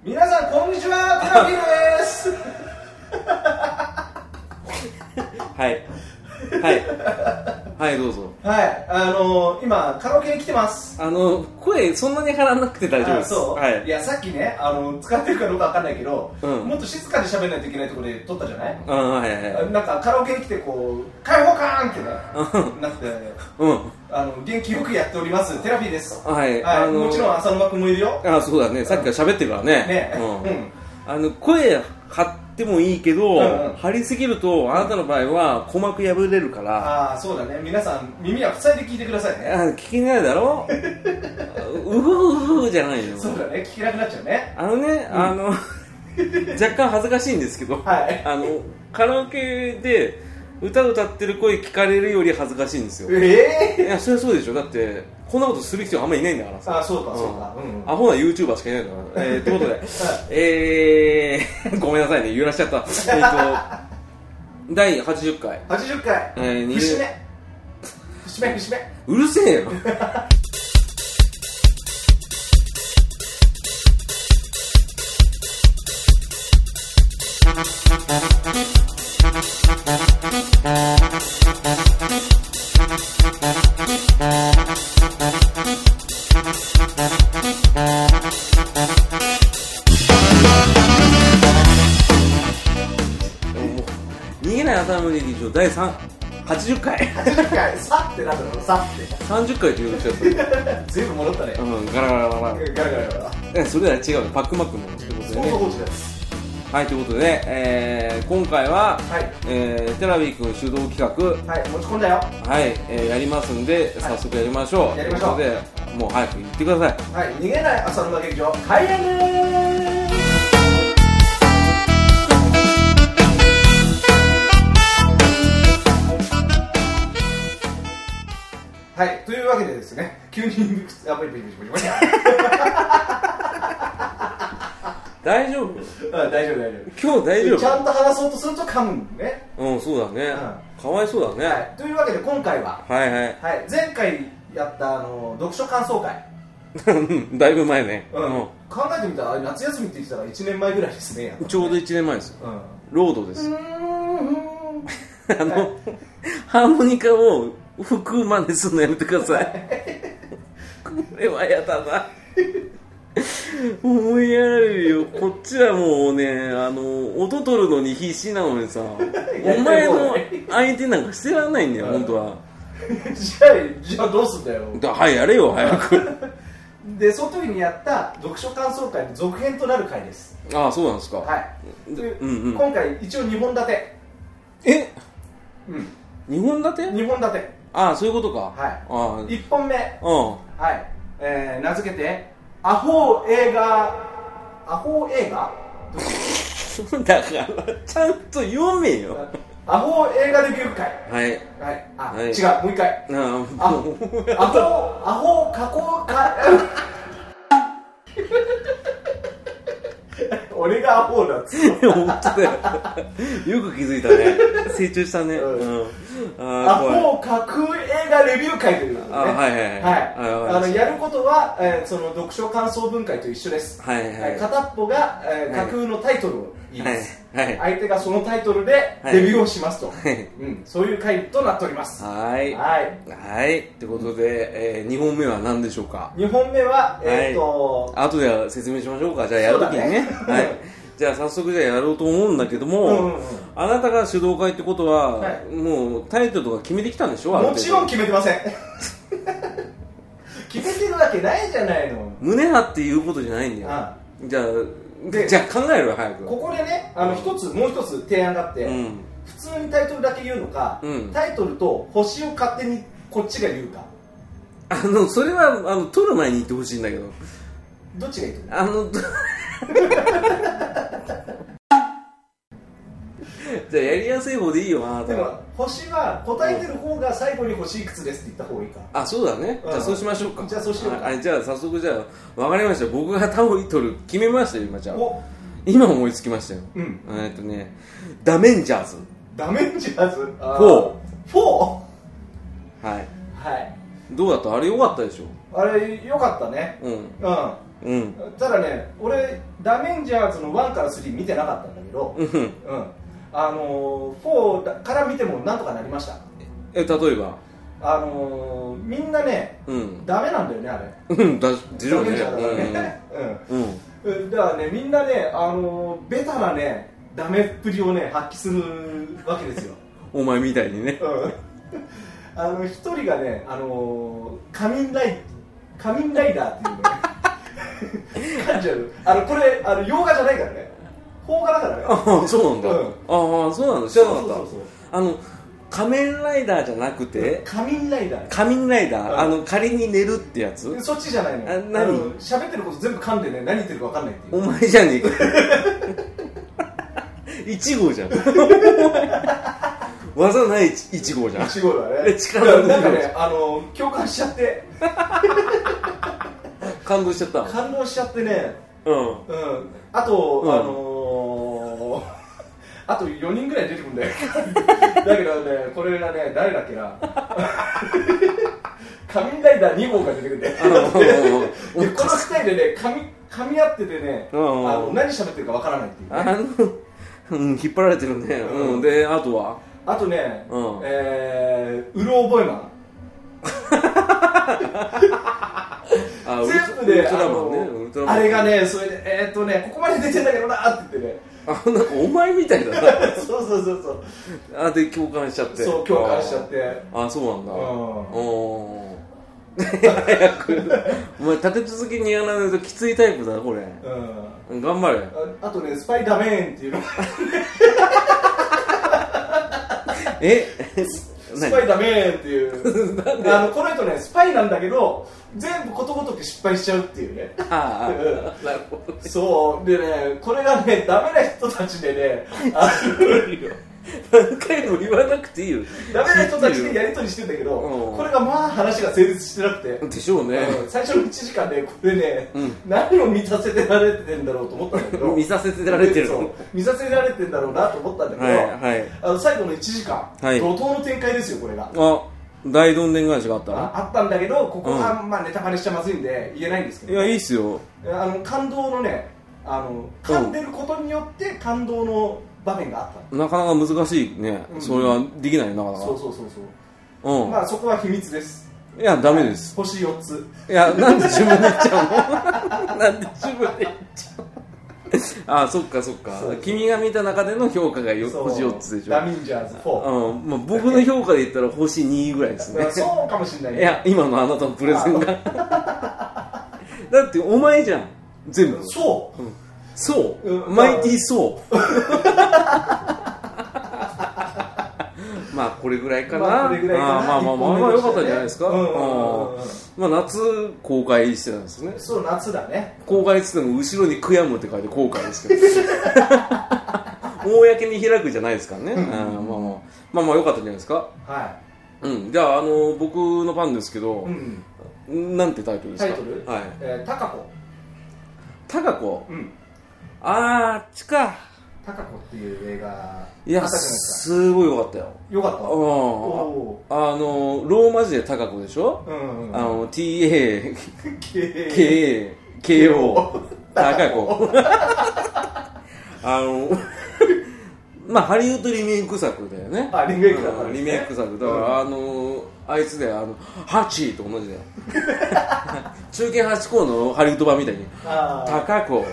皆さんこんにちは、テラピーですはいはいはい、どうぞ。 はい、今カラオケに来てます。 声そんなに張らなくて大丈夫です。 そう、 はい、 いやさっきね、使ってるかどうかわかんないけど、 うん、 もっと静かに喋らないといけないところで撮ったじゃない。 はいはい、 なんかカラオケに来てこう開放感ってねなくて、元気よくやっておりますテラピーです。 はい、 もちろん浅沼君もいるよ。 そうだね、さっきから喋ってるからね。声張ってもいいけど、張りすぎるとあなたの場合は鼓膜破れるから。 そうだね、皆さん耳は塞いで聞いてくださいね。 聞けないだろうふうふじゃないよ。 そうだね、聞けなくなっちゃうね。 若干恥ずかしいんですけど、カラオケで歌歌ってる声聞かれるより恥ずかしいんですよ。いや、それはそうでしょ。だってこんなことする人あんまりいないんだからさ。 そうかそうか、 アホな YouTuber しかいないんだから。ということで、ごめんなさいね、揺らしちゃった。第80回節目うるせえよ逃げない朝の劇場第80回さってなんだろう、さって 30回って言うとしちゃった全部戻ったね。 ガラガラガラそれでは違う、パックマックのってことでね。はい、ということで、今回は、テラビー君主導企画、 持ち込んだよ。 やりますんで、早速やりましょう。 やりましょう。 ということで、もう早く言ってください。 逃げない浅沼劇場開演でーす。というわけでですね、急に大丈夫？ 大丈夫。 今日大丈夫？ ちゃんと話そうとすると噛むね。 そうだね。かわいそうだね。 というわけで今回は、前回やった読書感想会だいぶ前ね。 考えてみたら夏休みって言ってたら1年前ぐらいですね。 ちょうど1年前ですよ。ロードです。ハーモニカを吹く真似するのやめてください。これはやだな。思いやられるよ。こっちはもうね、音取るのに必死なのにさ、お前の相手なんかしてらんないんだよ、本当は。 じゃあどうすんだよ。 やれよ、早く。 で、その時にやった読書感想会の続編となる回です。 そうなんですか。 今回一応2本立て。 2本立て？ 2本立て。 そういうことか。 1本目、名付けてアホ映画だからちゃんと読めよ。 アホ映画デビュー会。違う、もう一回。アホ加工会。俺がアホだっつって。 本当だよ。よく気づいたね。成長したね。 アホ架空映画レビュー会ということでね。やることはその読書感想文会と一緒です。片っぽが架空のタイトルを言います。相手がそのタイトルでデビューをしますと。そういう会となっております。 ということで2本目は何でしょうか。 2本目は後で説明しましょうか。じゃあやるときにね。じゃあ早速じゃあやろうと思うんだけども、あなたが主導会ってことは、もうタイトルとか決めてきたんでしょ。 もちろん決めてません。決めてるわけないじゃないの。 胸張って言うことじゃないんだよ。じゃあ考えろよ、早く。ここでね、もう一つ提案があって、普通にタイトルだけ言うのか、タイトルと星を勝手にこっちが言うか。 それは撮る前に言ってほしいんだけど。 どっちがいいと思う？じゃあやりやすい方でいいよ。 でも星は答えてる方が最後に星いくつですって言った方がいいか。 そうだね。じゃあそうしましょうか。 じゃあそうしようか。 じゃあ早速、じゃあ分かりました。僕がタイトル決めましたよ。今思いつきましたよ。ダメンジャーズ。 4。 どうだった？あれ良かったでしょ。 あれ良かったね。 ただね、俺ダメンジャーズの1から3見てなかったんだけど、4から見てもなんとかなりました。 例えばみんなね、ダメなんだよね、あれ。 ダメンジャーだからね。だからね、みんなね、ベタなね、ダメっぷりをね、発揮するわけですよ。 お前みたいにね。 一人がね、仮面ライダーっていうね、感じある。これ、洋画じゃないからね。邦画だからね。 ああ、そうなんだ。そうなんだ。知らなかった。仮面ライダーじゃなくて仮面ライダー、 仮に寝るってやつ。 そっちじゃないの。喋ってること全部噛んでね、何言ってるか分かんないっていう。 お前じゃねえか。1号じゃん。技ない1号じゃん。 1号だね。 力のなんかね、共感しちゃって感動しちゃった。 感動しちゃってね。あと、あと4人ぐらい出てくるんだよ。だけどね、これがね、誰だっけな。仮面ライダー2号が出てくるんだよ。この2人でね、噛み合っててね、何喋ってるかわからないっていうね。 引っ張られてるね。で、あとはね、うろ覚えマン。全部で、あれがね、それで、ここまで出てんだけどなって言ってね。 なんかお前みたいだな。 そう。 で、共感しちゃって。 そう、共感しちゃって。 そうなんだ。早く。お前、立て続けにやらないときついタイプだ、これ。頑張れ。 あとね、スパイダメーンっていうの。スパイダメーンっていう。この人ね、スパイなんだけど、全部ことごとく失敗しちゃうっていうね。 なるほど。 そうでね、これがね、ダメな人たちでね、 何回も言わなくていいよ。 ダメな人たちでやり取りしてんだけど、これがまあ話が成立してなくて。 でしょうね。 最初の1時間でこれね、何を見させてられてんだろうと思ったんだけど。 見させてられてる。 見させられてんだろうなと思ったんだけど、最後の1時間、怒涛の展開ですよ、これが。 大どんでん返しがあったあったんだけど、ここはまあネタバレしちゃまずいんで言えないんですけど。 いや、いいっすよ。 感動のね、噛んでることによって感動の場面があった。 なかなか難しいね。それはできないよ、なかなか。 そう。まあそこは秘密です。 いや、ダメです。 星4つ。 いや、なんで自分で言っちゃうの。なんで自分で言っちゃうの。そっか。君が見た中での評価が星4つでしょ。 ダメンジャーズ4。 僕の評価で言ったら星2ぐらいですね。 そうかもしれないね。 いや、今のあなたのプレゼンが。だってお前じゃん、全部。そう、マイティーそう。まあこれぐらいかな。まあよかったんじゃないですか。まあ夏公開してたんですね。 そう、夏だね。 公開って言っても後ろに悔やむって書いて公開ですけど。公に開くじゃないですからね。まあよかったんじゃないですか。じゃあ僕の番ですけど、なんてタイトルですか。 タイトル？タカコ。 タカコ。あっちか。 タカコっていう映画。 いや、すごい良かったよ。 良かった。 ローマ字でタカコでしょ。TAKAKO タカコ。まあハリウッドリメイク作だよね。 リメイクだから。 リメイク作だからあいつでハチと同じだよ。中堅ハチ公のハリウッド版みたいにタカコ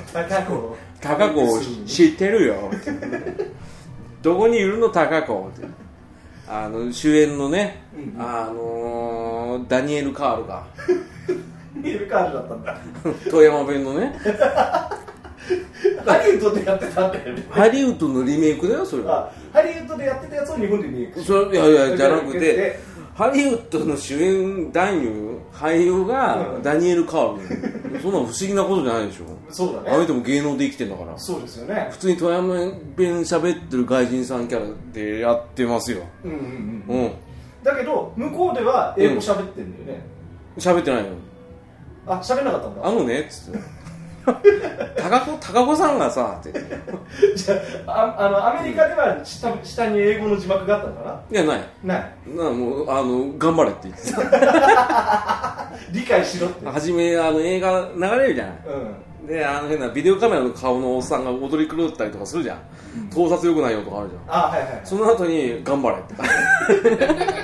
知ってるよ。どこにいるのタカコって。主演のね、ダニエル・カールが。 ダニエル・カールだったんだ。 富山弁のね。 ハリウッドでやってたんだよね。 ハリウッドのリメイクだよ、それは。 ハリウッドでやってたやつを日本でリメイク。 いやじゃなくて、ハリウッドの主演男優俳優がダニエル・カール。そんな不思議なことじゃないでしょ。 そうだね。 あの人も芸能で生きてんだから。 そうですよね。 普通に富山弁喋ってる外人さんキャラでやってますよ。 だけど向こうでは英語喋ってんだよね。 喋ってないよ。 喋んなかったんだ。 っつって。高子さんがさってじゃあアメリカでは下に英語の字幕があったのかな。 いやないもう頑張れって言ってた。 理解しろって初め映画流れるじゃない、で変なビデオカメラの顔のおっさんが踊り狂ったりとかするじゃん、盗撮よくないよとかあるじゃん、その後に頑張れって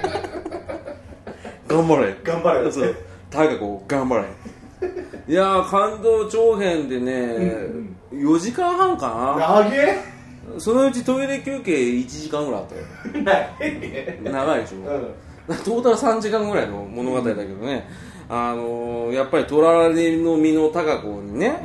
頑張れ頑張れそう高子頑張れいやー感動長編でね、4時間半かな長えそのうちトイレ休憩1時間ぐらいあったよ長いでしょ、トータル3時間ぐらいの物語だけどね、やっぱりトラレの実の高子にね、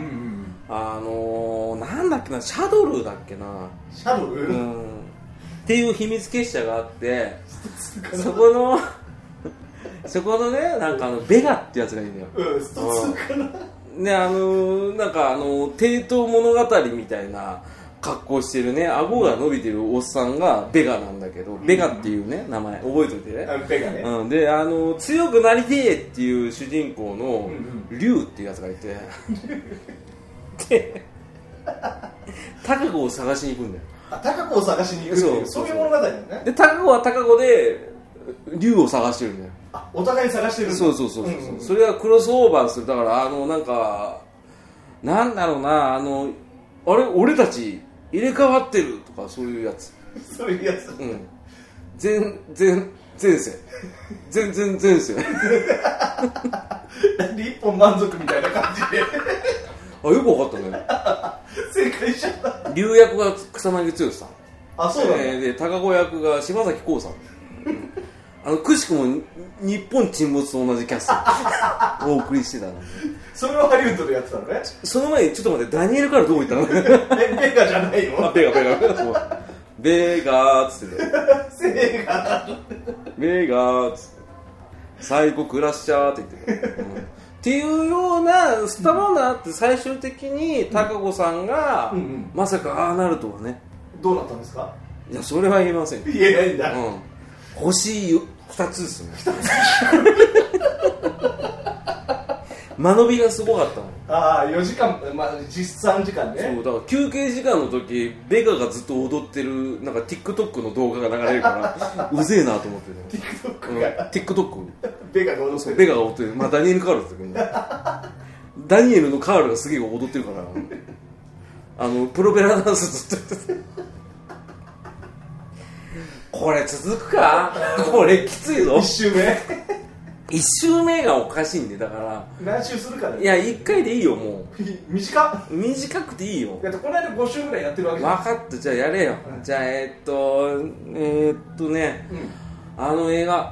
なんだっけな、シャドルだっけな、 シャドル、 っていう秘密結社があってそこのね、なんかベガってやつがいいんだよ、 スト2かな、 ね、なんか帝都物語みたいな格好してるね、顎が伸びてるおっさんがベガなんだけど、ベガっていうね名前覚えておいてね、 ベガね、 で強くなりてえっていう主人公の龍っていうやつがいてで高子を探しに行くんだよ。 高子を探しに行くっていう、そういう物語だよね。 で高子は高子で龍を探してるんだよ。 お互い探してるんだ。 そう、それがクロスオーバーする。だからなんかなんだろうな、あれ俺たち入れ替わってるとかそういうやつ。 そういうやつ。 前世。前世。 なんで一本満足みたいな感じで。 よく分かったね。 正解しちゃった。 龍役が草薙剛さん。 そうだね。で高子役が柴咲コウさん。くしくも日本沈没と同じキャストお送りしてたので、 それをハリウッドでやってたのね。 その前にちょっと待って、ダニエルからどこ行ったのベガじゃないよ。 ベガーっつってベガーっつって最高クラッシャーって言ってる、っていうようなスタバがあって、最終的に高子さんが、まさかああなるとはね。 どうなったんですか。 いや、それは言えません。 言えないんだ。 星2つですね。間延びがすごかったの。 4時間、実質3時間ね。 そうだから休憩時間の時ベガがずっと踊ってるなんか TikTok の動画が流れるからうぜえなと思ってね。TikTok ベガが踊ってる。 ベガが踊ってる。ダニエル・カールですけどね。ダニエルのカールがすげえ踊ってるからプロペラダンスずっとやっててこれ続くかこれきついぞ。1周目がおかしいんで、だから何周するかね。 いや1回でいいよ、もう短くていいよ。 だってこの間5周ぐらいやってるわけじゃん。 分かった、じゃあやれよ、じゃあね、映画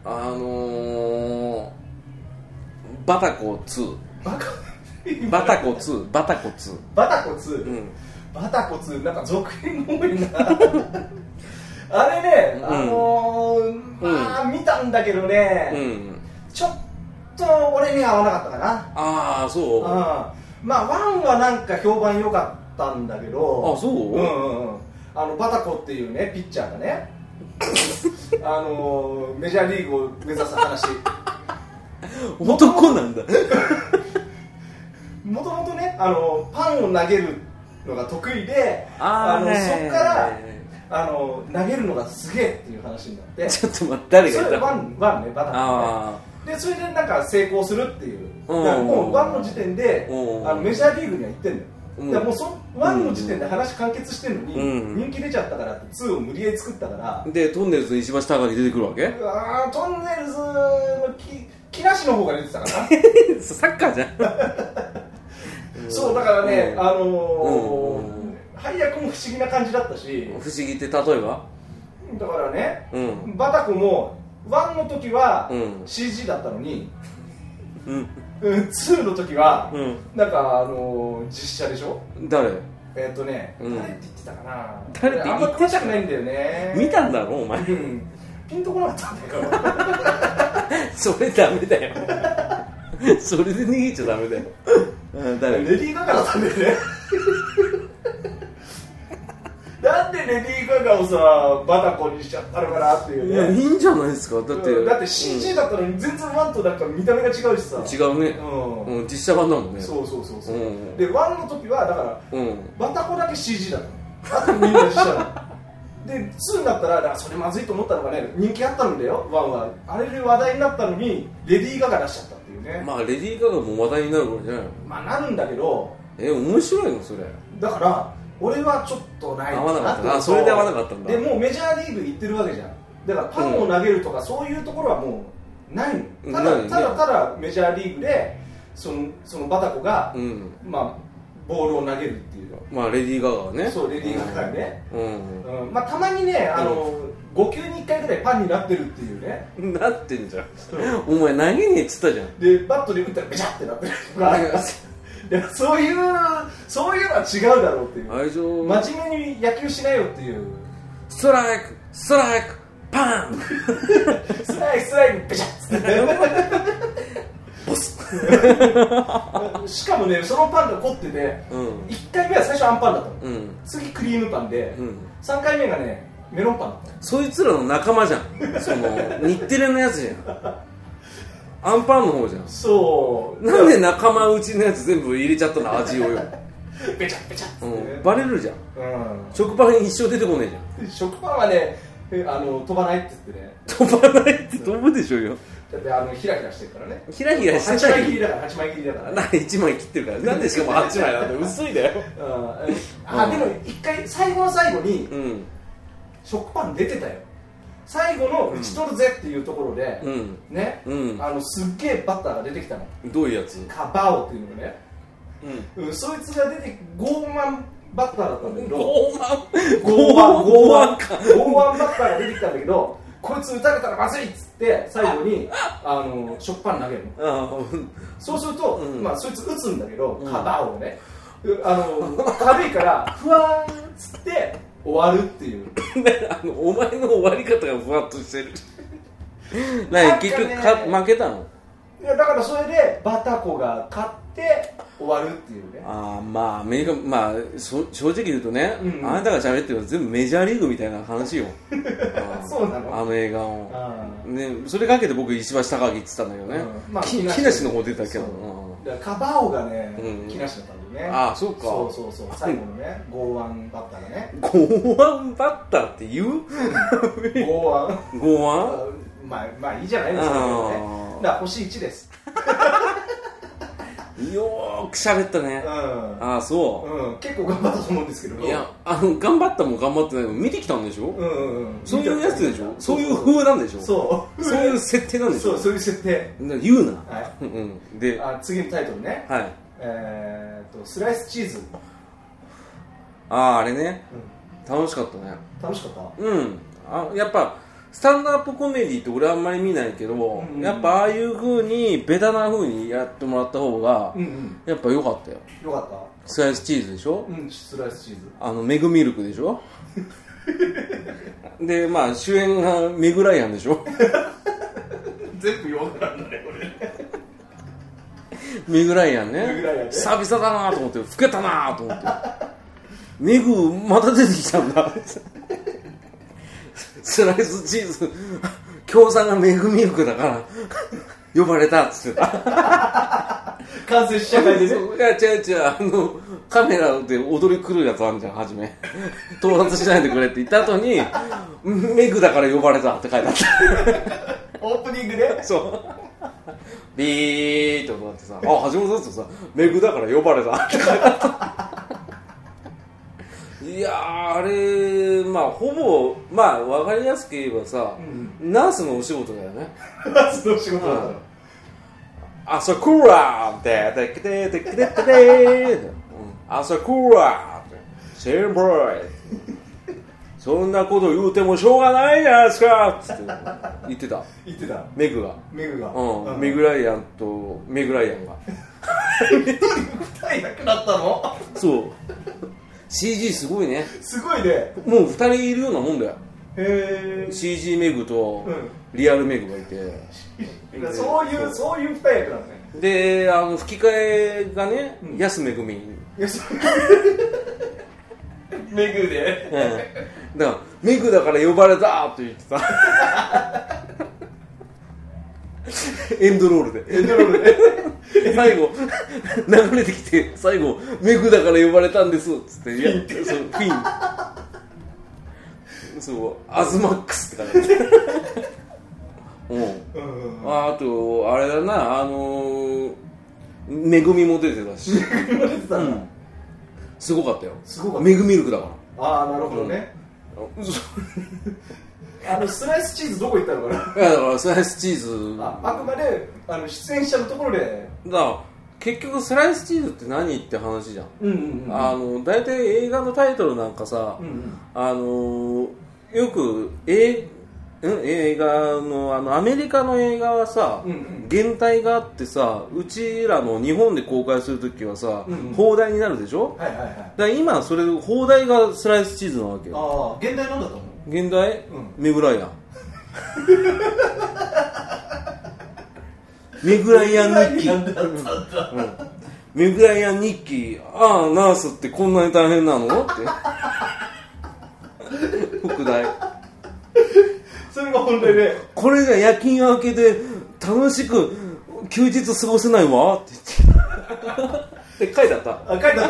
バタコ2バタコ2 バタコ2なんか続編多いなあれね、見たんだけどね、ちょっと俺には合わなかったかな。 そう。 1はなんか評判良かったんだけど。 そう。 バタコっていうねピッチャーがねメジャーリーグを目指す話。 男なんだ。 もともとねパンを投げるのが得意で、そっから投げるのがすげえっていう話になって。 ちょっと待って、誰が言ったワンね、バタコね。でそれでなんか成功するっていう。もうワンの時点でメジャーリーグには行ってんだよ。もうワンの時点で話完結してんのに、人気出ちゃったからって2を無理やり作ったから。でトンネルズの石橋貴明出てくるわけ。 トンネルズの木梨の方が出てたかな。 サッカーじゃん。 そうだからね、配役も不思議な感じだったし。 不思議って例えばだからね、バタコも1の時は CG だったのに、2の時はなんか実写でしょ。 誰？ 誰って言ってたかな。 誰って言ってたかな。 あんま詳しくないんだよね。 見たんだろお前。 ピンとこなかったんだよ。 それダメだよ。それで逃げちゃダメだよ。 レディー・ガガだったんだよね。なんでレディー・ガガをさバタコにしちゃったのかなっていうね。 いやいいんじゃないですか。だって CG だったのに全然1となんか見た目が違うしさ。 違うね。実写版だもんね。 そう。で1の時はだからバタコだけ CG だったの。あとみんな実写なの。で2になったら、だからそれまずいと思ったのがね、人気あったんだよ1は。あれで話題になったのにレディー・ガガ出しちゃったっていうね。 まあレディー・ガガも話題になるからじゃないの。 まあなるんだけど、 面白いのそれ。 だから俺はちょっとないかな。 合わなかった。それで合わなかったんだ。 でもうメジャーリーグ行ってるわけじゃん。だからパンを投げるとかそういうところはもうないの。ただメジャーリーグでそのバタコが、まあボールを投げるっていう。 まあレディー・ガガはね。 そうレディー・ガガね。まあたまにね5球に1回ぐらいパンになってるっていうね。 なってんじゃん。お前投げねえっつったじゃん。 でバットで打ったらベチャってなってるとか。そういうのは違うだろうっていう。真面目に野球しないよっていう。 ストライクパンストライクベチャッってボスしかもねそのパンが凝ってて、1回目は最初アンパンだったの、次クリームパンで、3回目がねメロンパンだった。 そいつらの仲間じゃん。日テレのやつじゃん。アンパンの方じゃん。 そうなんで仲間内のやつ全部入れちゃったの味をよ。 ベチャベチャって、 バレるじゃん。食パン一生出てこねえじゃん。食パンはね飛ばないって言ってね。 飛ばないって飛ぶでしょよ。 だってヒラヒラしてるからね。 ヒラヒラして 8枚切りだから8枚切りだからね。 1枚切ってるから。なんでしかも8枚なんて薄いだよ。 でも一回最後の最後に食パン出てたよ。最後の打ち取るぜっていうところでね、すっげえバッターが出てきたの。 どういうやつ？ カバオっていうのがね。そいつが出て剛腕バッターだったんだけど、剛腕バッターが出てきたんだけど、こいつ打たれたらまずいっつって最後に食パン投げるの。そうすると、まあそいつ打つんだけど、カバオをね、軽いからふわーんっつって終わるっていう。 お前の終わり方がふわっとしてる。結局負けたの？ いやだからそれでバタコが勝って終わるっていうね。 まあアメリカ、まあ正直言うとね、あなたが喋ってるのは全部メジャーリーグみたいな話よ。 そうなの？ 映画をね、それかけて僕石橋貴明って言ってたんだけどね、木梨の方出たけどカバオがね、木梨だったんだよね。 そうか。 そう最後のね、剛腕バッターがね。 剛腕バッターって言う？ 剛腕？ まあいいじゃないですかね。だから星1です。 よーく喋ったね。そう。 結構頑張ったと思うんですけど。 いや頑張ったも頑張ってないも見てきたんでしょ。そういうやつでしょ。そういう風なんでしょ。そういう設定なんでしょ。 そういう設定。 言うな。 で次のタイトルね。スライスチーズ。 あれね。楽しかったね。 楽しかった。 やっぱスタンドアップコメディって俺あんまり見ないけど、やっぱああいう風にベタな風にやってもらった方がやっぱ良かったよ。 良かった。 スライスチーズでしょ。 スライスチーズ。 メグミルクでしょ。でまあ主演がメグライアンでしょ。 全部弱くなんだねこれ。 メグライアンね。久々だなと思って、老けたなと思って。メグまた出てきたんだ。スライスチーズ協賛がメグミルクだから呼ばれたっつってた。 完成試写会でね。 違うカメラで踊り狂うやつあるじゃん。初め盗撮しないでくれって言った後にメグだから呼ばれたって書いてあった。 オープニングでそうビーって音があってさ、始まるぞってさ、メグだから呼ばれたって書いてあった。いやあれほぼ分かりやすく言えばさ、ナースのお仕事だよね。 ナースのお仕事だよ。 朝クーラーってテキテテキテテテ朝クーラーってシェーンボーイそんなこと言うてもしょうがないじゃないですかって言ってた。メグがメグライアンとメグライアンが 2人なくなったの。 そう。CG すごいね。 すごいね。 もう2人いるようなもんだよ。 へえ。 CG メグとリアルメグがいて、 そういう2役なんね。 で吹き替えがね、安めぐみ。 メグで。 だからメグだから呼ばれたって言ってた。エンドロールで最後流れてきて、最後メグだから呼ばれたんですっつってフィンそうアズマックスって感じ。 あとあれだな、めぐみも出てたしめぐみも出てたな、 すごかったよ。 すごかった。 メグミルクだから。ああ、なるほどね。スライスチーズどこ行ったのかな。 いやだからスライスチーズ、 あくまで出演者のところで。 だから結局スライスチーズって何って話じゃん。大体映画のタイトルなんかさ、よく映画のアメリカの映画はさ、原体があってさ、うちらの日本で公開するときはさ、邦題になるでしょ。だから今それ邦題がスライスチーズなわけよ。 ああ、原題なんだったの？ 原題、メグライアンメグライアン日記メグライアン日記。ああ、ナースってこんなに大変なのって副題。 それが本題で、 これが夜勤明けで楽しく休日過ごせないわって言って書いてあった。 書いてあった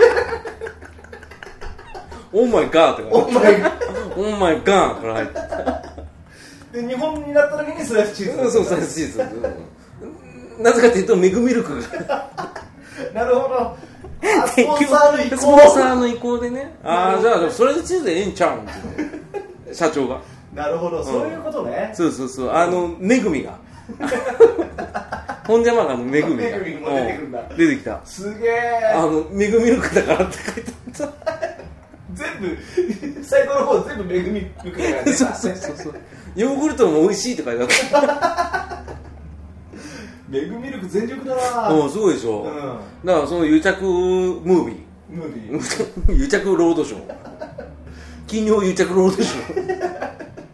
オーマイガーってオーマイガーオーマイガーから入ってで、日本になった時にスライスチーズ。 そう、スライスチーズなぜかというとメグミルクがなるほど。スポンサーの意向でね。ああ、じゃあそれでチーズでええんちゃうんって社長が。 なるほど、そういうことね。 そうめぐみが本邪魔がめぐみがめぐみも出てくるんだ。 出てきた。 すげえ。 めぐみルクだからって書いてあった全部最後の方全部めぐみルクだからね。 そうヨーグルトも美味しいって書いてあっためぐみルク全力だな。 すごいでしょ。だからその癒着ムービー癒着ロードショー金曜癒着ロードショー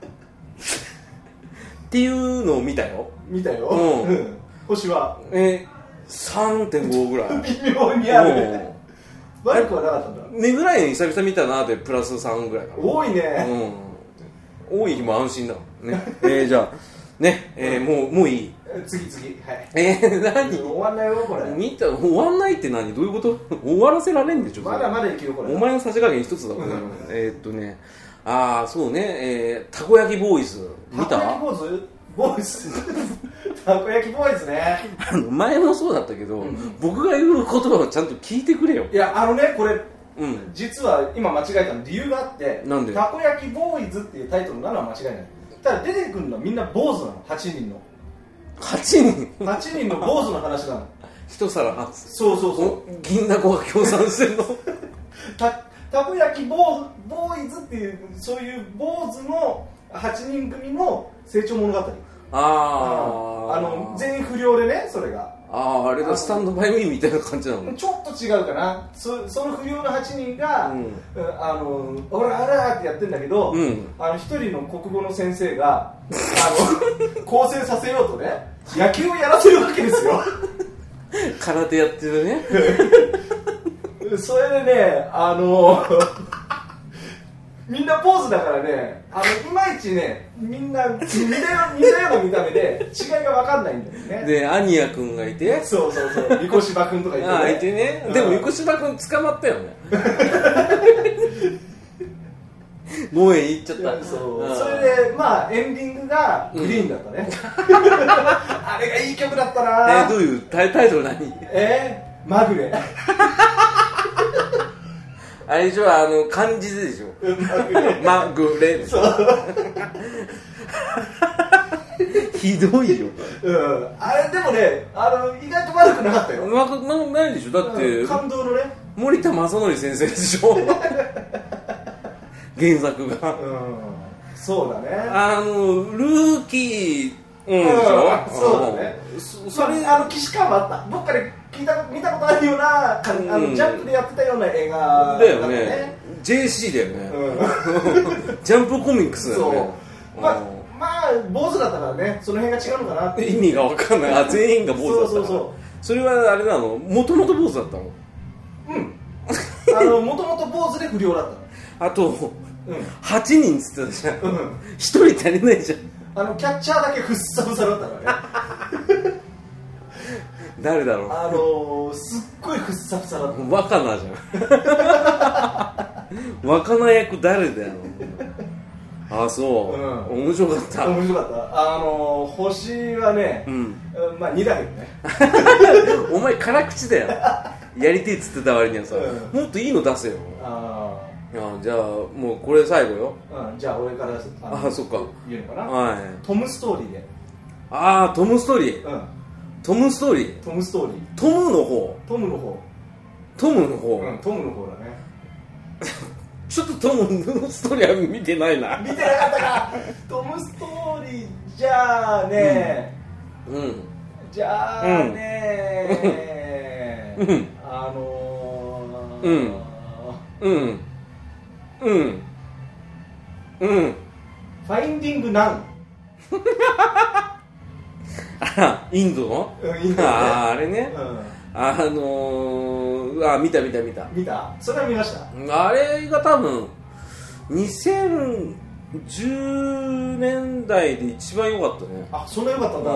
っていうのを見たよ。 星は 3.5 ぐらい微妙にある。悪くはなかったんだ。 目ぐらいに久々見たなでプラス3ぐらいかな。 多いね。 多い日も安心だね。じゃあね、もういい。 次はい。 何？ 終わんないよこれ。 終わんないって何？どういうこと？終わらせられんでしょ。 まだいけるこれ。 お前のさじ加減一つだもんね。そうね、たこ焼きボーイズ見た？ たこ焼きボーイズたこ焼きボーイズね。 前もそうだったけど、僕が言う言葉をちゃんと聞いてくれよ。 いやこれ、実は今間違えたの理由があって、 なんで？ たこ焼きボーイズっていうタイトルなのは間違いない。ただ出てくるのはみんな坊主なの。8人の坊主の話なの。 一皿。 そう銀だこが協賛してるのたこ焼きボーイズっていうそういう坊主の8人組の成長物語。全員不良でね、それが。 あれがスタンドバイミーみたいな感じなの。 ちょっと違うかな。その不良の8人が、ほらあらってやってんだけど、一人の国語の先生が構成させようとね、野球をやらせるわけですよ。 空手やってるね。 それでね、みんなポーズだからね、いまいちね、みんな似たような見た目で違いが分かんないんだよね。 で、アニヤ君がいて、 そう、三越芝君とかいてね。 いてね。でも三越芝君捕まったよね。ごめん、言っちゃった。 それで、エンディングがグリーンだったね。あれがいい曲だったな。 どういうタイトル何？ まぐれ。 あれでしょ、漢字でしょ。まぐれ。ひどいよ。 あれでもね、意外と悪くなかったよ。 ないでしょ。だって、 感動のね、 森田正則先生でしょ。原作が。 そうだね。 ルーキーでしょ。 そうだね。それ既視感もあった。どっかで見たことあるような、ジャンプでやってたような映画だよね。JC だよね。ジャンプコミックスだよね。 坊主だったからね、その辺が違うのかなって。 意味が分かんない。全員が坊主だったから。それはあれなの？もともと坊主だったの？もともと坊主で不良だったの。あと、8人っつってたじゃん。1人足りないじゃん。 キャッチャーだけふっさふさだったからね。 誰だろう。すっごいふっさふさだった。 若菜じゃん。若菜役誰だよ。 あ、そう、面白かった。 面白かった。星はね、まあ2だけどね。 お前辛口だよ。やりてえっつってた割にはさ、もっといいの出せよ。じゃあもうこれ最後よ。 じゃあ俺からそっか。 言うのかな。はい。トムストーリーで。 トムストーリー。トムストーリー。 トムストーリー。 トムの方。 トムの方。 トムの方。 トムの方だね。 ちょっとトムのストーリーは見てないな。 見てなかったか。トムストーリーじゃあね。じゃあね。ファインディングナン。 インドの？あれね。見た。 見た？それは見ました。 あれが多分2010年代で一番良かったね。 そんな良かったんだ。 フ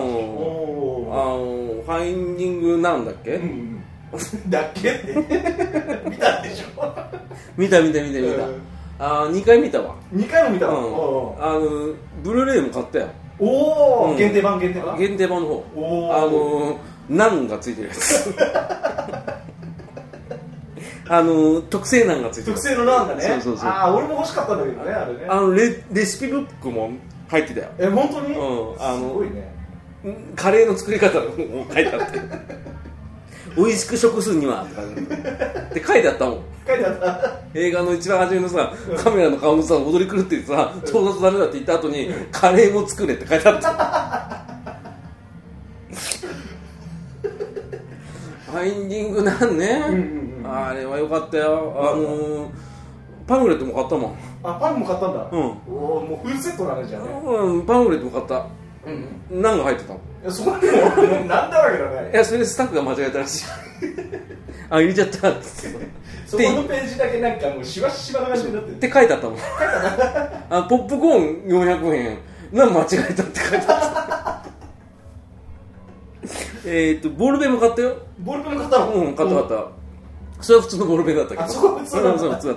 ァインディングなんだっけ？ だっけって見たでしょ。 見た。2回見たわ。 2回も見たわ。 ブルーレイも買ったよ。 限定版の方。ナンがついてるやつ。特製ナンがついてる。 特製のナンがね。 そう。 俺も欲しかったんだけどね、あれね。 レシピブックも入ってたよ。 本当に？すごいね。 カレーの作り方も書いてあって。美味しく食すにはって書いてあったもん。映画の一番初めのさ、カメラの顔のさ、踊り狂ってさ、盗撮ダメだって言った後にカレーも作れって書いてあった。ファインディングなんね。あれは良かったよ。パンフレットも買ったもん。 パンも買ったんだ。もうフルセットなんじゃね。 パンフレットも買った。何が入ってたの？ そこでもなんだわけだね。 いや、それでスタッフが間違えたらしい。入れちゃったって。 そこのページだけなんかもうしわしわな感じになってるって書いてあったもん。ポップコーン400円何間違えたって書いてあった。ボールペンも買ったよ。 ボールペンも買ったの？ 買った。それは普通のボールペンだったけど。 そこは普通だった。 そう普通だった。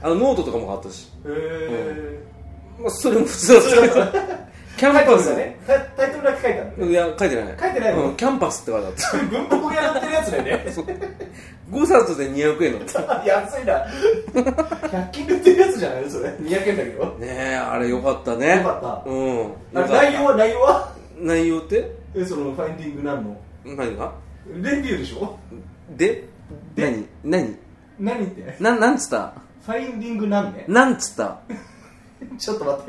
ノートとかも買ったし。それも普通だったけど。キャンパスね。タイトルだけ書いてある。 いや、書いてない。 書いてないの？ キャンパスって書いてあった。 文房具屋やってるやつだよね。 5冊で200円だった。 安いな。100均で売ってるやつじゃないそれ。200円だけど。 ねえ、あれよかったね。 よかった。内容は内容ってそのファインディングなんの何がレビューでしょ。 で何ってなんつった？ ファインディングなんね。 なんつったちょっと待って。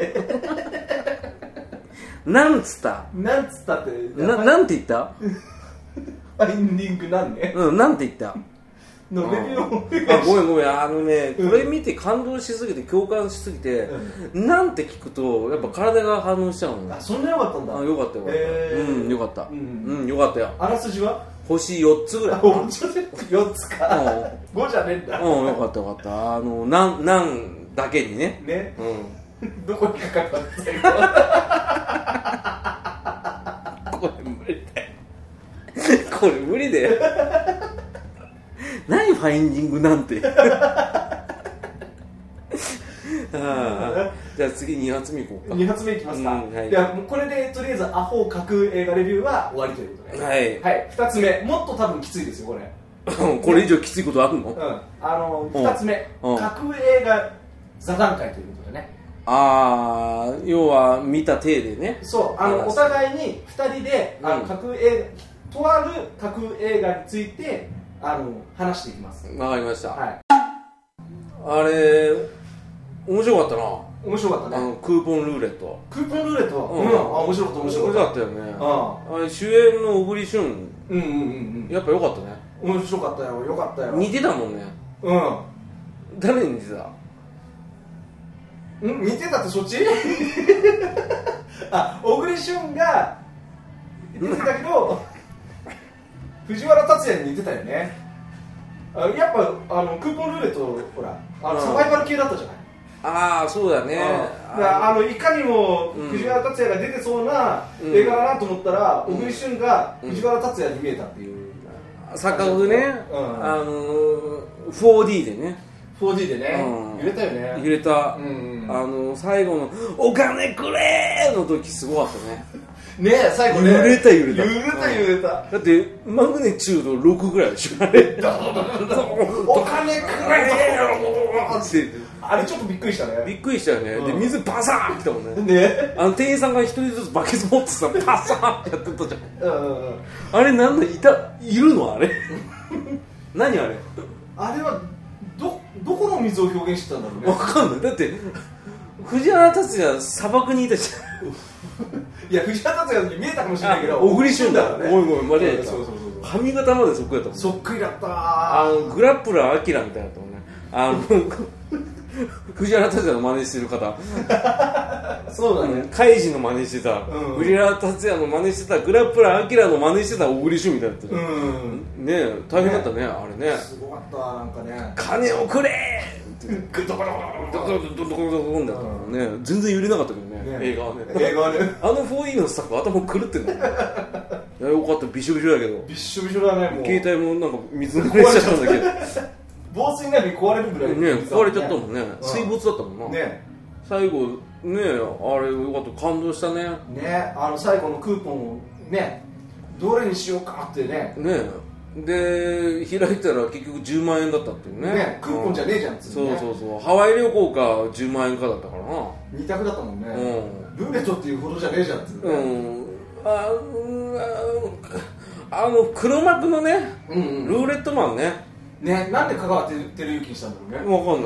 なんつったってなんて言った？ ファインディングなんね。 なんて言ったのレビューをごめんこれ見て感動しすぎて共感しすぎて、なんて聞くとやっぱ体が反応しちゃうの。 そんな良かったんだ。 よかったよかった。よかった。よかったよ。 あらすじは星4つぐらい。 4つか。5じゃねえんだ。 よかったなんだけにね。 どこにかかったんですか。 これ無理だよ。何ファインディングなんて。じゃあ次2発目いこうか。 2発目いきますか。ではこれでとりあえずアホ架空映画レビューは終わりということで。はい。2つ目もっと多分きついですよこれ。 これ以上きついことあるの ？2つ目架空映画座談会ということでね。 要は見た体でね。 そうお互いに2人でとある架空映画について話していきます。 わかりました。あれ面白かったな。 面白かったね。 クーポンルーレット。 面白かったよね。あれ主演の小栗旬やっぱ良かったね。 面白かったよ。よかったよ。 似てたもんね。誰に似てた？ 似てたってそっち？小栗旬が似てたけど藤原竜也に似てたよね。やっぱクーポンルーレットほらサバイバル系だったじゃない。 そうだね。 いかにも藤原竜也が出てそうな映画だなと思ったら、小栗旬が藤原竜也に見えたっていう錯覚ね。4D でね。 4D でね、揺れたよね。 揺れた、最後のお金くれーの時すごかったね。 ねえ、最後ね、 揺れただってマグネチュード6ぐらいでしょ、あれお金くれーってあれちょっとびっくりしたね。 びっくりしたよね、で水バサーンってきたもんね。店員さんが一人ずつバケツ持ってさパサーンってやってたじゃん。あれなんだ、いるのあれ何あれ、 あれはどこの水を表現してたんだろうね。 分かんない。だって藤原竜也砂漠にいたじゃん。 いや、藤原竜也に見えたかもしれないけど、 小栗旬だからね。ごめん間違えた。 そう髪型までそっくりだったもんね。 そっくりだったグラップラーアキラみたいだったもんね。藤原竜也の真似してる方そうだね、 カイジの真似してた、藤原竜也の真似してた、グラップラーアキラの真似してた小栗旬みたいだったじゃん。ねえ、大変だったね、あれね。 すごかった、なんかね、 金をくれーグッドコドコドコドコドコンだったもんね。全然揺れなかったけどね、映画はね。あの 4E のスタッフ頭狂ってんだよ。いや、よかった、びしょびしょだけど。 びしょびしょだね、もう。 携帯もなんか水濡れしちゃったんだけど。 防水なのに壊れるぐらいね、壊れちゃったもんね。水没だったもんな。ね、最後ね、あれよかった、感動したね。 ね、最後のクーポンをね、どれにしようかってね。 ね、で開いたら結局10万円だったっていうね。 クーポンじゃねえじゃんっつってね。 そうハワイ旅行か10万円かだったからな。 2択だったもんね。ルーレットっていうほどじゃねえじゃんっつってね。黒幕のね、ルーレットマンね。 ね、なんで香川照之にしたんだろうね。わかんない。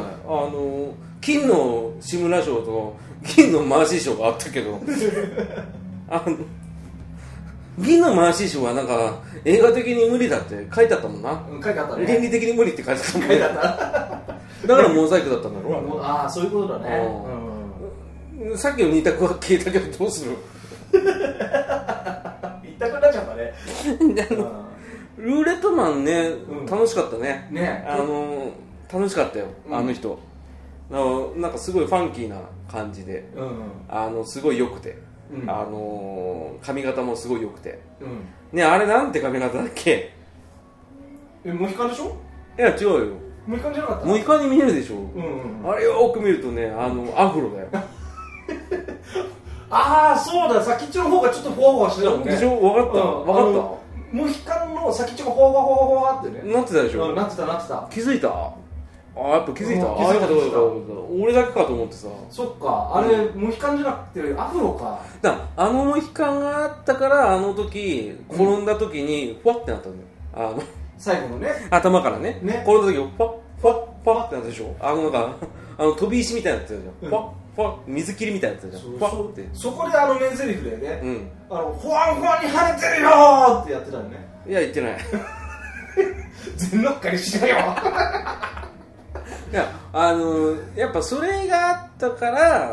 金の志村賞と銀のマーシー賞があったけど銀のマーシー賞はなんか映画的に無理だって書いてあったもんな。 書いてあったね。 倫理的に無理って書いてあったもんね。 書いてあっただからモザイクだったんだろう。 ああ、そういうことだね。 さっきの2択は消えたけどどうする 1択になっちゃったね。 ルーレットマンね、楽しかったね。楽しかったよ、あの人。なんかすごいファンキーな感じで、すごい良くて、髪型もすごい良くて。ね、あれなんて髪型だっけ？ モヒカンでしょ？ いや違うよ。 モヒカンじゃなかった？ モヒカンに見えるでしょ。あれよく見るとね、アフロだよ。 ああ、そうだ、先っちょの方がちょっとふわふわしてたもんね。 でしょ？分かったモヒカンの先っちょがほわほわほわほわってね、 なってたでしょ。 なってた。 気づいた？やっぱ気づいた。俺だけかと思ってさ。 そっか、あれモヒカンじゃなくてアフロか。 モヒカンがあったから、あの時転んだ時にふわってなったんだよ。 最後のね、 頭からね、転んだ時ふわふわふわってなったでしょ。なんか飛び石みたいなやつじゃん。ふわ水切りみたいなやつじゃん。ふわって。 そこで名台詞でね、ふわふわに跳ねてるよーってやってたよね。 いや、言ってない。 全乗っかりしろよ。 いや、やっぱそれがあったから、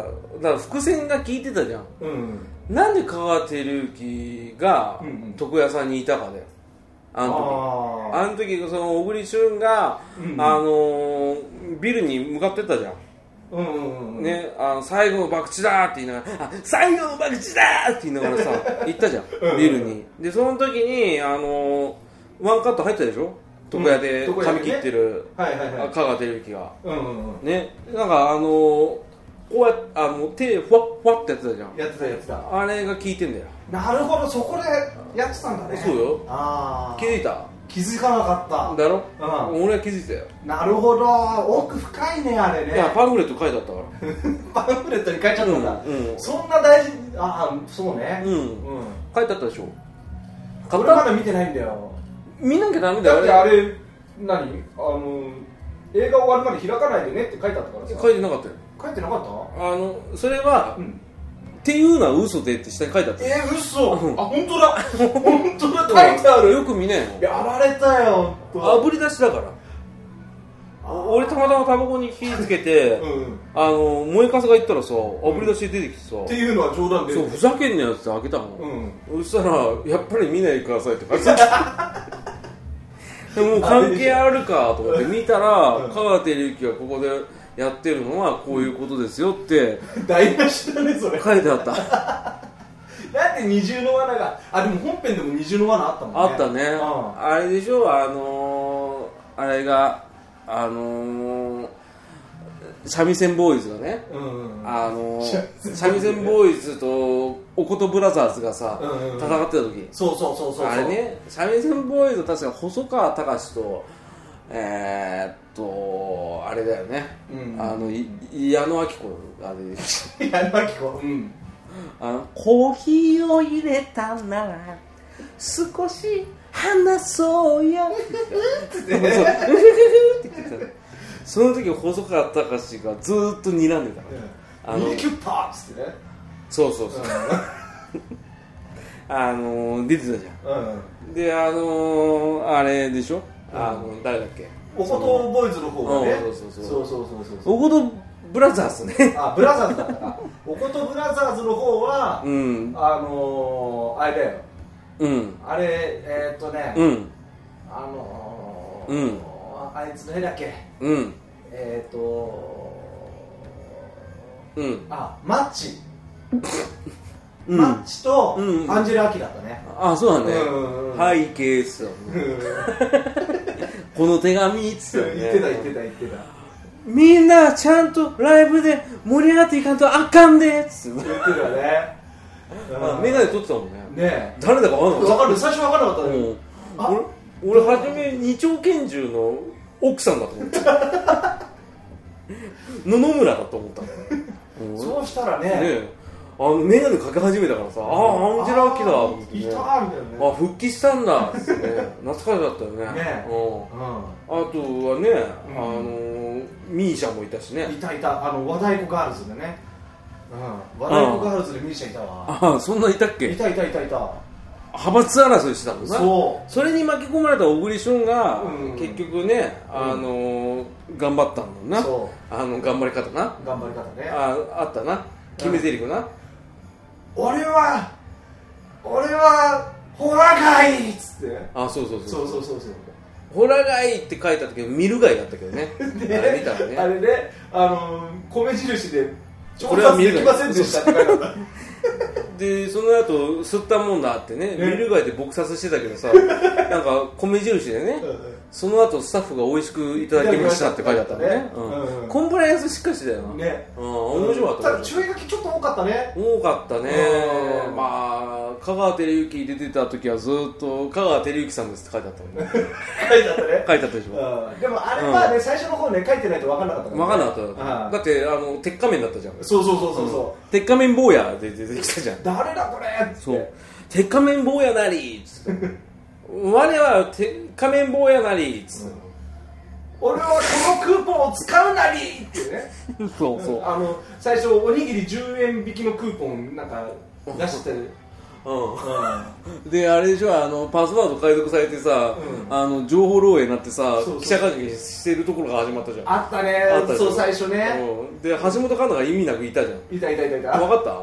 だから伏線が効いてたじゃん。なんで香川照之が床屋さんにいたかだよ。あの時その小栗旬が、ビルに向かってったじゃん。ね、最後の博打だって言いながら、最後の博打だって言いながらさ、行ったじゃん、ビルに。でその時にワンカット入ったでしょ、床屋で髪切ってる香川照之がね、なんかこうやって手ふわふわってやってたじゃん。 やってた。 あれが効いてんだよ。 なるほど、そこでやってたんだね。 そうよ。気づいた？ 気づかなかっただろ。俺は気づいたよ。 なるほど、奥深いね、あれね。 いや、パンフレット書いてあったから。パンフレットに書いちゃったんだ。そんな大事。そうね。 書いてあったでしょ。 俺まだ見てないんだよ。 見なきゃダメだよ。 だってあれ何、映画終わるまで開かないでねって書いてあったからさ。 書いてなかったよ。 書いてなかった？ それはっていうのは嘘でって下に書いてあった。 嘘。本当だ。本当だ、書いてある。 よく見ねえ。 やられたよ。 炙り出しだから。俺たまたまタバコに火つけて、燃えかすがいったらさ、炙り出しで出てきてさ。 っていうのは冗談で。 そう、ふざけんなよって開けたの。そしたら、やっぱり見ないでくださいって書いてあった。でも関係あるかと思って見たら、香川照之がここでやってるのはこういうことですよって台無しだね、それ書いてあった。 だって二重の罠が、でも本編でも二重の罠あったもんね。 あったね。あれでしょ、あれが三味線ボーイズがね、三味線ボーイズとおことブラザーズがさ、戦ってた時、 そうあれね、三味線ボーイズ確か細川たかしとあれだよね、矢野明子、あれ矢野明子、 コーヒーを入れたなら少し話そうやその時細川たかしがずーっと睨んでたミニキュッパーっつってね、 そう出てたじゃん、であれでしょ、誰だっけ、 おことボーイズの方がね、そうおことブラザーズね、 ブラザーズだったかおことブラザーズの方は、あれだよ、あれあいつの絵だっけ、マッチマッチとアンジェラ・アキだったね。 そうだね、背景っすよこの手紙っつって言ってたみんなちゃんとライブで盛り上がっていかんとあかんでっつって言ってたね。 メガネ取ってたもんね。誰だか分かんない。最初分からなかったね。 俺初め二丁拳銃の奥さんだと思った野々村だと思ったそうしたらね、 メガネかけ始めたからさ、アンジェラ・アキだと思ってね、 いたみたいなね、 復帰したんだってね懐かしかったよね。あとはね、ミーシャもいたしね。 いた和太鼓ガールズでね、和太鼓ガールズでミーシャいたわ。 そんないたっけ。 いた派閥争いしてたもんな。それに巻き込まれた小栗旬が結局ね、頑張ったんだよな。頑張り方ね。あったな、決め台詞な。 俺はホラガイっつって。そうホラガイって書いてあったけど見るガイだったけどね。あれ見たらね。 あれね、米印で調達できませんでしたって書いてあった。 でその後吸ったもんだってね、見るガイで撲殺してたけどさ、なんか米印でね、その後スタッフが美味しくいただきましたって書いてあったのね。コンプライアンスしっかりしてたよな。面白かった。 ただ注意書きちょっと多かったね。 まあ香川照之出てた時はずっと香川照之さんですって書いてあったもんね。 書いてあったね。 書いてあったでしょ。 でもあれはね、最初の方ね書いてないと分かんなかったから。 分かんなかった。だって鉄仮面だったじゃん。 そう。 鉄仮面坊やで出てきたじゃん。 誰だこれって。 そう。鉄仮面坊やなりっつって。我は鉄仮面坊やなりっつって。 俺はこのクーポンを使うなりってね。 そう最初おにぎり10円引きのクーポンなんか出してる。 であれでしょ、パスワード解読されてさ、情報漏洩になってさ、記者会見してるところが始まったじゃん。 あったね。そう最初ね。 で橋本環奈が意味なくいたじゃん。 いた。 分かった？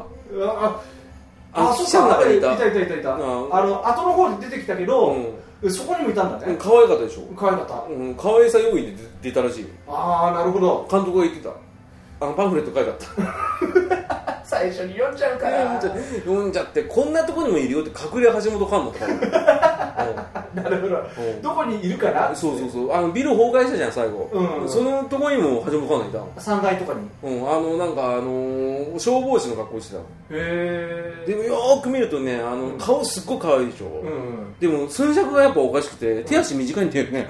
記者の中にいた。後の方に出てきたけど、そこにもいたんだね。 可愛かったでしょ。 可愛かった。 可愛さ要因で出たらしいよ。 なるほど。 監督が言ってた。パンフレット書いてあった。 最初に読んじゃうから読んじゃってこんなところにもいるよって隠れ橋本環奈とかなるほど、どこにいるかな。 そうビル崩壊したじゃん最後、そのところにも橋本環奈いたの。 3階とかになんか消防士の格好してたの。でもよーく見るとね顔すっごい可愛いでしょ、でも寸尺がやっぱおかしくて手足短いんだよね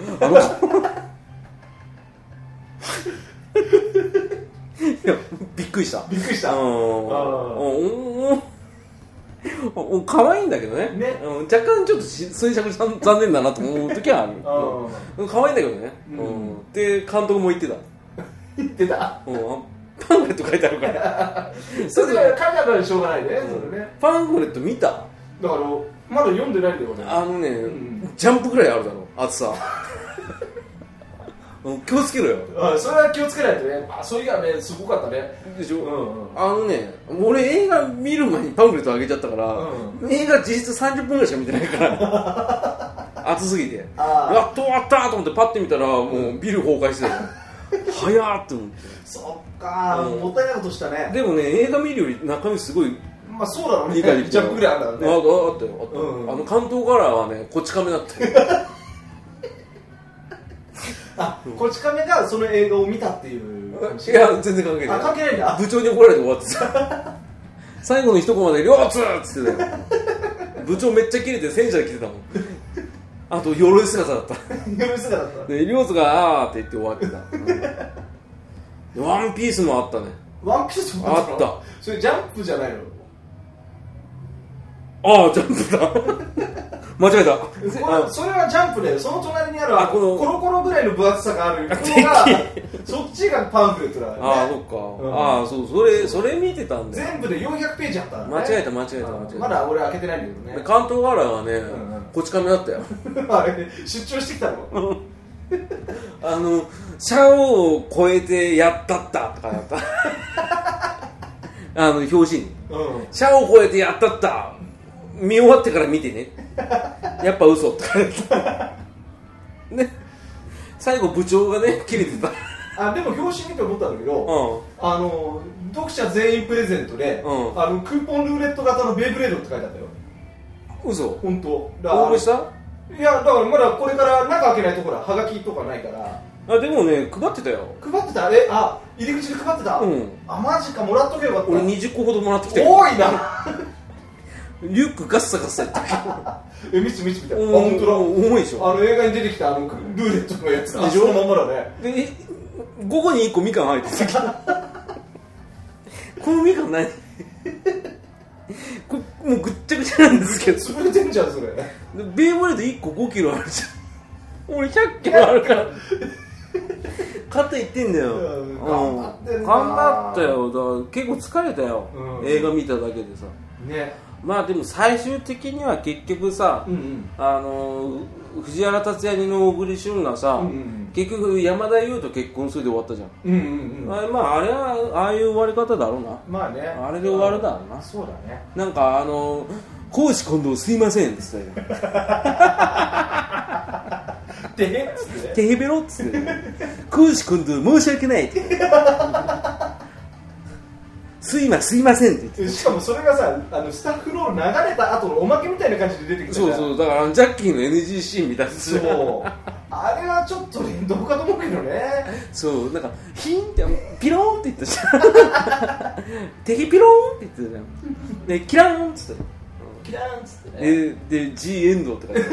びっくりした。可愛いんだけどね。若干ちょっと寸尺残念だなと思う時はある。可愛いんだけどね。で監督も言ってた。パンフレット書いてあるからそれが書いてあるからしょうがないね。 パンフレット見た？だからまだ読んでないんだよね。ジャンプぐらいあるだろ厚さ。気をつけろよ。 それは気をつけないとね。そういうのはねすごかったね。 でしょ。俺映画見る前にパンフレットあげちゃったから、映画実質30分ぐらいしか見てないから熱すぎてやっと終わったと思ってパッて見たらもうビル崩壊してたよ。早っって思って。 そっか、もったいないことしたね。 でもね映画見るより中身すごいそうだろうね。 理解できたよ。 ジャンプぐらいあるんだろうね。 あったよ。関東カラーはねこっち亀だったよ。 こち亀がその映画を見たっていう感じ。 いや全然関係ない。 関係ないんだ。 部長に怒られて終わってた最後の一コマで「両津!」っつってたよ部長めっちゃキレて戦車で来てたもんあと鎧姿だった鎧姿だったで両津が「あー」って言って終わってた、ワンピースもあったね。 ワンピースもあった。それジャンプじゃないの？ ああジャンプだ間違えた。 それはジャンプで、その隣にあるコロコロぐらいの分厚さがあるのがそっちがパンフレットだからね。 ああそっか、ああそうそれ見てたんだよ。 全部で400ページあったんだね。 間違えたまだ俺開けてないんだけどね。 関東ガーラはね、こち亀だったよあれ出張してきたのシャオを超えてやったったとかやった表紙に、シャオを超えてやったった見終わってから見てねやっぱ嘘ってね、最後部長がね切れてたでも表紙見て思ったんだけど、読者全員プレゼントで、クーポンルーレット型のベイブレードって書いてあったよ。 嘘？ 本当。 応募した？ いやだからまだこれから中開けないところはがきとかないから。 でもね配ってたよ。 配ってた？入り口で配ってた？マジか、もらっとけばよかった。 俺20個ほどもらってきたよ。 多いなリュックガッサガッサいって見てみたい。本当だ、 重いでしょ。 映画に出てきたルーレットのやつでしょ。そのままだね。 で午後に1個みかん入ってたこのみかん何これもうぐっちゃぐちゃなんですけど潰れてんじゃんそれ。 ベイブレード1個5キロあるじゃん俺100キロあるから肩いってんだよ。 頑張ってんな。 頑張ったよ。だから結構疲れたよ、映画見ただけでさね。 まあでも最終的には結局さ、藤原竜也の小栗旬がさ、結局山田優と結婚するで終わったじゃん。まああれはああいう終わり方だろうな。 まあね。 あれで終わるだろうな。 そうだね。 なんか公私混同すいませんって言ってたよてへっつってね。 てへべろっつって公私混同申し訳ないってすいませんって言ってしかもそれがさスタッフロール流れた後のおまけみたいな感じで出てくる。 そうだからジャッキーの NG シーンみたいな。 そうあれはちょっとどうかと思うけどね。 そうなんかヒンってピローンって言ったじゃんテヒピローンって言ってたじゃんでキラーンっつってキラーンっつってね。 で G エンドって書いて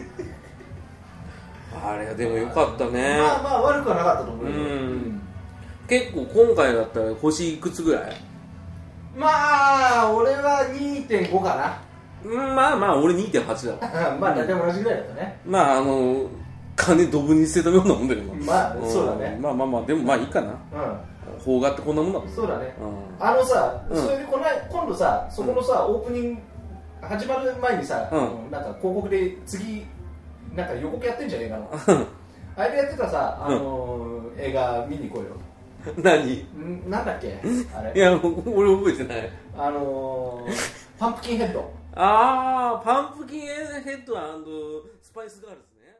あれでもよかったね。 まあ悪くはなかったと思うよ。 結構今回だったら星いくつぐらい？ まあ俺は 2.5 かな。まあ俺 2.8 だまあ大体同じぐらいだったね。 まあ金ドブに捨てたようなもんだけど。 まあそうだね。 まあでもまあいいかな。邦画ってこんなもんだもん。 そうだね。それで今度さ、そこのさオープニング始まる前にさ、なんか広告で次なんか予告やってんじゃん映画のあれでやってたさ映画見に行こうよ。 何？ なんだっけあれ。 いや俺覚えてない。 パンプキンヘッド。 パンプキンヘッド&スパイスガールズね。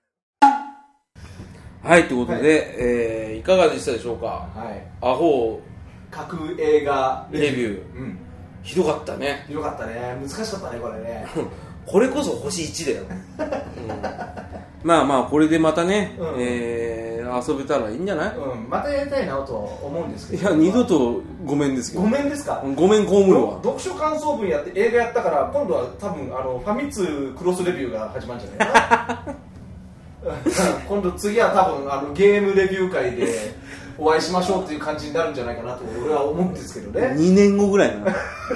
はいということで、いかがでしたでしょうか。アホ架空映画レビュー、ひどかったね。 ひどかったね。難しかったねこれねこれこそ星1だよ、まあこれでまたね、遊べたらいいんじゃない？ またやりたいなと思うんですけど。 いや二度とごめんですけど。 ごめんですか？ ごめん被るわ。 読書感想文やって映画やったから今度は多分ファミ通クロスレビューが始まるんじゃないかな今度次は多分ゲームレビュー会でお会いしましょうっていう感じになるんじゃないかなと俺は思うんですけどね。 2年後ぐらいな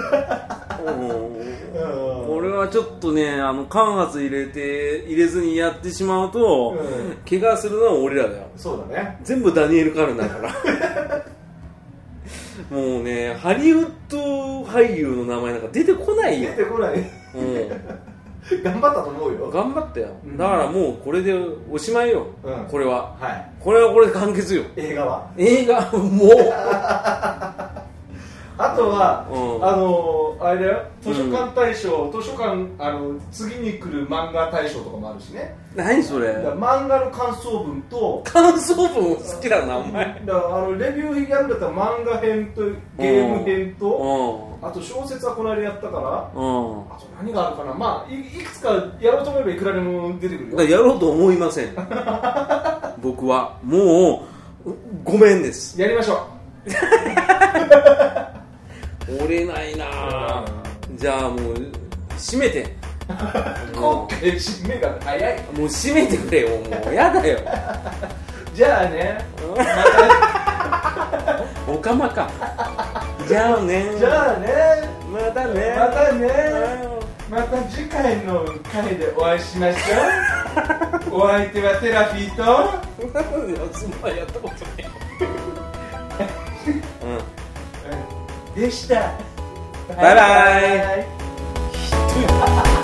これはちょっとね間髪入れずにやってしまうと、怪我するのは俺らだよ。 そうだね。全部ダニエル・カルンだからもうねハリウッド俳優の名前なんか出てこないよ。 出てこない頑張ったと思うよ。 頑張ったよ、だからもうこれでおしまいよ、これは、これで完結よ。 映画はもうあとは、あれだよ、図書館大賞、図書館次に来る漫画大賞とかもあるしね。 何それ？ 漫画の感想文と感想文好きだなお前。 だからレビューやるんだったら漫画編とゲーム編と、あと小説はこの間やったから、あと何があるかな。まあいくつかやろうと思えばいくらでも出てくるよ。 やろうと思いません僕はもうごめんです。 やりましょう。折れないな。じゃあもう閉めて。 今回締めが早い。 もう閉めてくれよ。もうやだよ。 じゃあね。 おかまか。じゃあね。 じゃあね。 またね。 またね。また次回の回でお会いしましょう。お相手はテラフィーとそんなやったことないでした。 バイバイ。